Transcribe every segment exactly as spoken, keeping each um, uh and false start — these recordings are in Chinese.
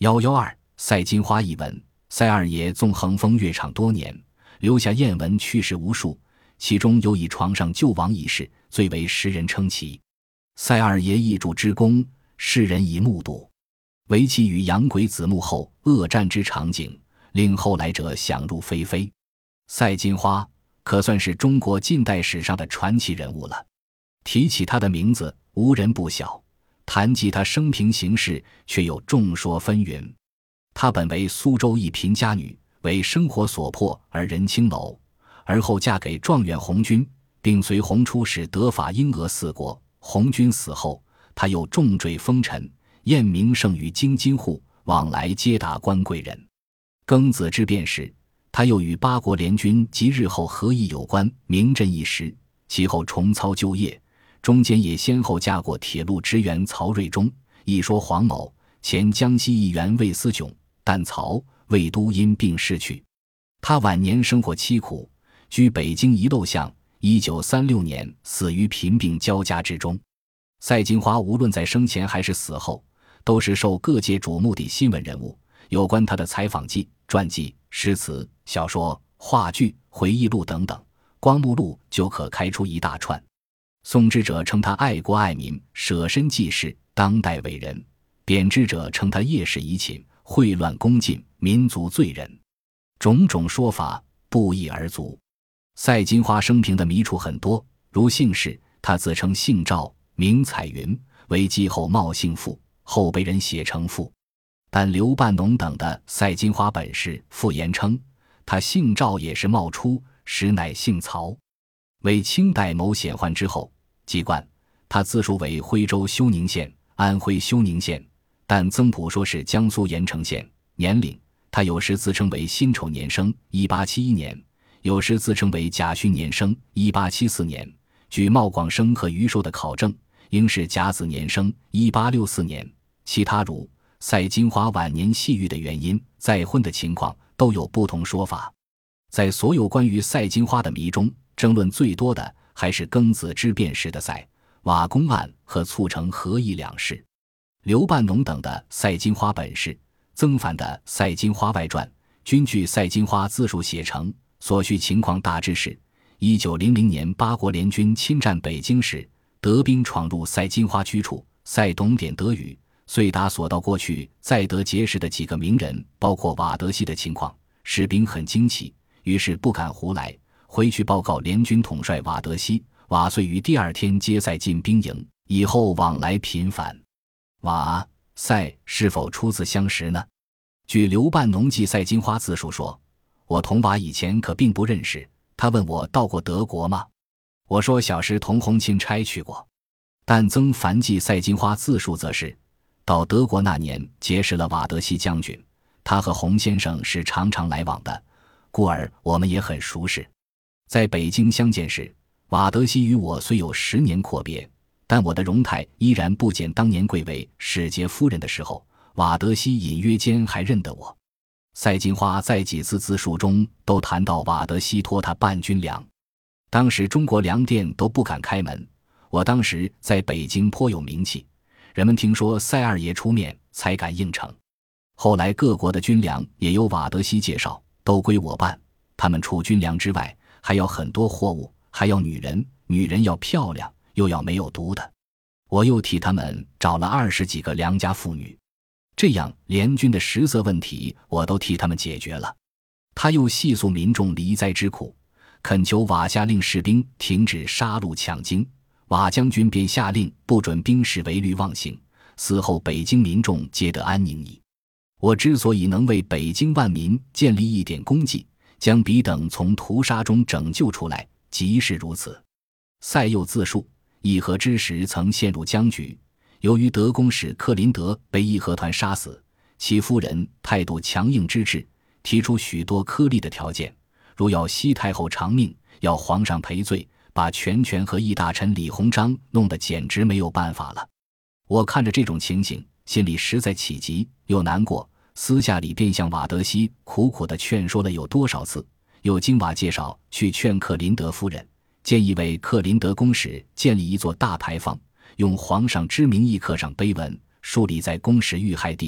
一一二赛金花一文。赛二爷纵横风月场多年，留下艳闻趣事无数，其中有以床上救亡一事最为时人称奇。赛二爷易主之功，世人已目睹，唯其与洋鬼子幕后恶战之场景，令后来者想入非非。赛金花可算是中国近代史上的传奇人物了，提起他的名字无人不晓，谈及他生平行事却有众说纷纭。她本为苏州一贫家女，为生活所迫而人青楼，而后嫁给状元红军，并随红出使德法英俄四国。红军死后，她又重坠风尘，宴名盛于京津沪，往来皆达官贵人。庚子之变时，她又与八国联军及日后和议有关，名震一时。其后重操旧业，中间也先后嫁过铁路职员曹瑞忠，一说黄某，前江西议员魏思炯，但曹、魏都因病逝去。他晚年生活凄苦，居北京遗漏巷，一九三六年死于贫病交加之中。赛金花无论在生前还是死后，都是受各界瞩目的新闻人物。有关他的采访记、传记、诗词、小说、话剧、回忆录等等，光目录就可开出一大串。颂之者称他爱国爱民，舍身济世，当代伟人；贬之者称他夜视怡寝，秽乱恭进，民族罪人。种种说法不一而足。赛金花生平的谜处很多，如姓氏，他自称姓赵，名彩云，为继后冒姓傅，后被人写成傅。但刘半农等的赛金花本事复言称，他姓赵也是冒出，实乃姓曹。为清代某显宦之后，籍贯他自述为徽州休宁县、安徽休宁县，但曾朴说是江苏盐城县。年龄他有时自称为辛丑年生一八七一年，有时自称为甲戌年生一八七四年。据茂广生和余寿的考证，应是甲子年生一八六四年。其他如赛金花晚年细遇的原因、再婚的情况都有不同说法。在所有关于赛金花的谜中，争论最多的还是庚子之变时的赛瓦工案和促成和议两事。刘半农等的赛金花本事，曾凡的《赛金花外传》均据赛金花自述写成。所叙情况大致是：一九零零年八国联军侵占北京时，德兵闯入赛金花居处，赛懂点德语，遂打所到过去在德结识的几个名人，包括瓦德西的情况，士兵很惊奇，于是不敢胡来，回去报告联军统帅瓦德西。瓦遂于第二天接赛进兵营，以后往来频繁。瓦、赛是否初次相识呢？据刘半农记赛金花自述说，我同瓦以前可并不认识，他问我到过德国吗？我说小时同红钦差去过。但曾凡记赛金花自述则是，到德国那年结识了瓦德西将军，他和洪先生是常常来往的，故而我们也很熟识。在北京相见时，瓦德西与我虽有十年阔别，但我的容态依然不减当年贵为使节夫人的时候，瓦德西隐约间还认得我。赛金花在几次自述中都谈到瓦德西托他办军粮，当时中国粮店都不敢开门，我当时在北京颇有名气，人们听说赛二爷出面才敢应承。后来各国的军粮也由瓦德西介绍，都归我办。他们除军粮之外，还要很多货物，还要女人，女人要漂亮，又要没有毒的。我又替他们找了二十几个良家妇女，这样联军的食色问题我都替他们解决了。他又细诉民众离灾之苦，恳求瓦下令士兵停止杀戮抢经，瓦将军便下令不准兵士违律妄行，死后北京民众皆得安宁矣。我之所以能为北京万民建立一点功绩，将彼等从屠杀中拯救出来，即是如此。赛又自述，议和之时曾陷入僵局，由于德公使克林德被义和团杀死，其夫人态度强硬之至，提出许多苛厉的条件，如要西太后偿命，要皇上赔罪，把全权和议大臣李鸿章弄得简直没有办法了。我看着这种情形，心里实在起急又难过，私下里便向瓦德西苦苦地劝说了有多少次，又经瓦介绍去劝克林德夫人，建议为克林德公使建立一座大牌坊，用皇上之名义刻上碑文，树立在公使遇害地方，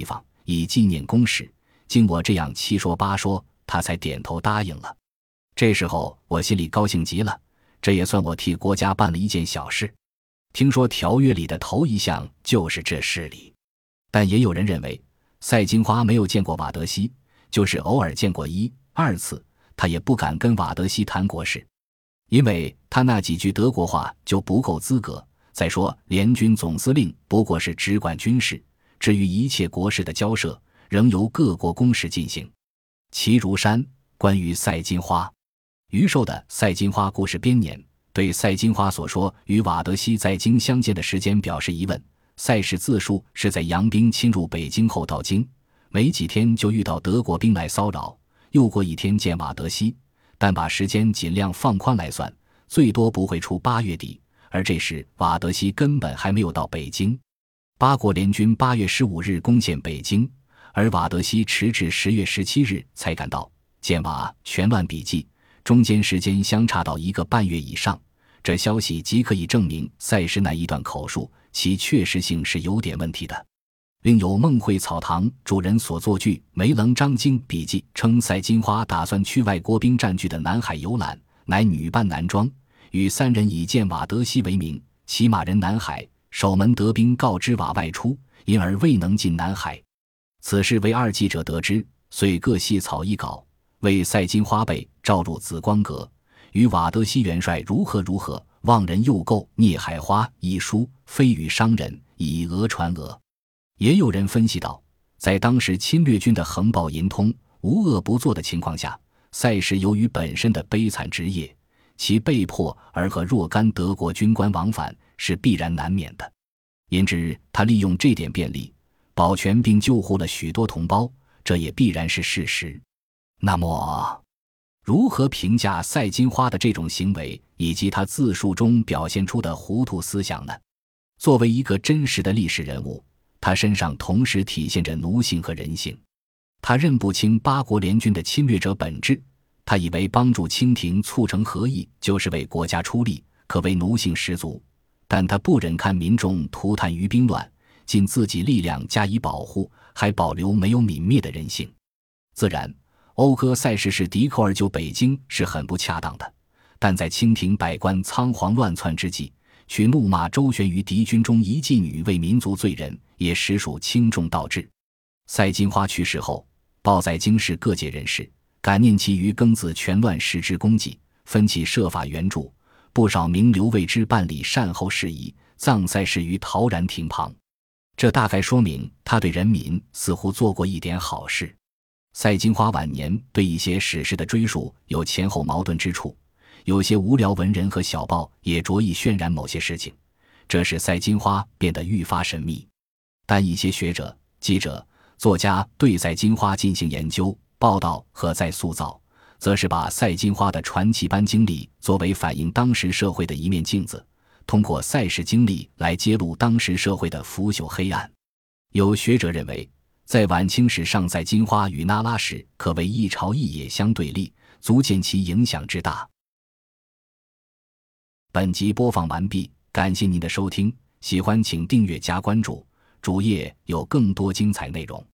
以纪念公事。经我这样七说八说，他才点头答应了。这时候我心里高兴极了，这也算我替国家办了一件小事。听说条约里的头一项就是这事理。但也有人认为赛金花没有见过瓦德西，就是偶尔见过一二次，他也不敢跟瓦德西谈国事，因为他那几句德国话就不够资格。再说联军总司令不过是只管军事，至于一切国事的交涉，仍由各国公使进行。齐如山关于赛金花，余寿的《赛金花故事编年》对赛金花所说与瓦德西在京相见的时间表示疑问。赛氏自述是在洋兵侵入北京后到京，没几天就遇到德国兵来骚扰，又过一天见瓦德西，但把时间尽量放宽来算，最多不会出八月底，而这时瓦德西根本还没有到北京。八国联军八月十五日攻陷北京，而瓦德西迟至十月十七日才赶到。见瓦全乱笔记，中间时间相差到一个半月以上，这消息即可以证明赛氏那一段口述其确实性是有点问题的。另有孟会草堂主人所作剧梅棱张经笔记称，赛金花打算去外国兵占据的南海游览，乃女扮男装，与三人以见瓦德西为名，骑马人南海，守门德兵告知瓦外出，因而未能进南海。此事为二记者得知，遂各系草一稿，为赛金花被召入紫光阁，与瓦德西元帅如何如何，望人诱购聂海花一书，非与商人，以讹传讹。也有人分析道，在当时侵略军的横暴淫通，无恶不作的情况下，赛氏由于本身的悲惨职业，其被迫而和若干德国军官往返是必然难免的，因之他利用这点便利，保全并救护了许多同胞，这也必然是事实。那么如何评价赛金花的这种行为，以及他自述中表现出的糊涂思想呢？作为一个真实的历史人物，他身上同时体现着奴性和人性。他认不清八国联军的侵略者本质，他以为帮助清廷促成和议就是为国家出力，可谓奴性十足。但他不忍看民众涂炭于兵乱，尽自己力量加以保护，还保留没有泯灭的人性。自然讴歌赛氏是敌寇而救北京是很不恰当的，但在清廷百官仓皇乱窜之际，去怒骂周旋于敌军中一妓女为民族罪人，也实属轻重倒置。赛金花去世后，报在京市各界人士感念其于庚子全乱时之功绩，分其设法援助，不少名流为之办理善后事宜，葬赛氏于陶然亭旁。这大概说明他对人民似乎做过一点好事。赛金花晚年对一些史实的追述有前后矛盾之处，有些无聊文人和小报也着意渲染某些事情，这使赛金花变得愈发神秘。但一些学者、记者、作家对赛金花进行研究、报道和再塑造，则是把赛金花的传奇般经历作为反映当时社会的一面镜子，通过赛氏经历来揭露当时社会的腐朽黑暗。有学者认为，在晚清史上，赛金花与那拉氏可谓一朝一野相对立，足见其影响之大。本集播放完毕，感谢您的收听，喜欢请订阅加关注，主页有更多精彩内容。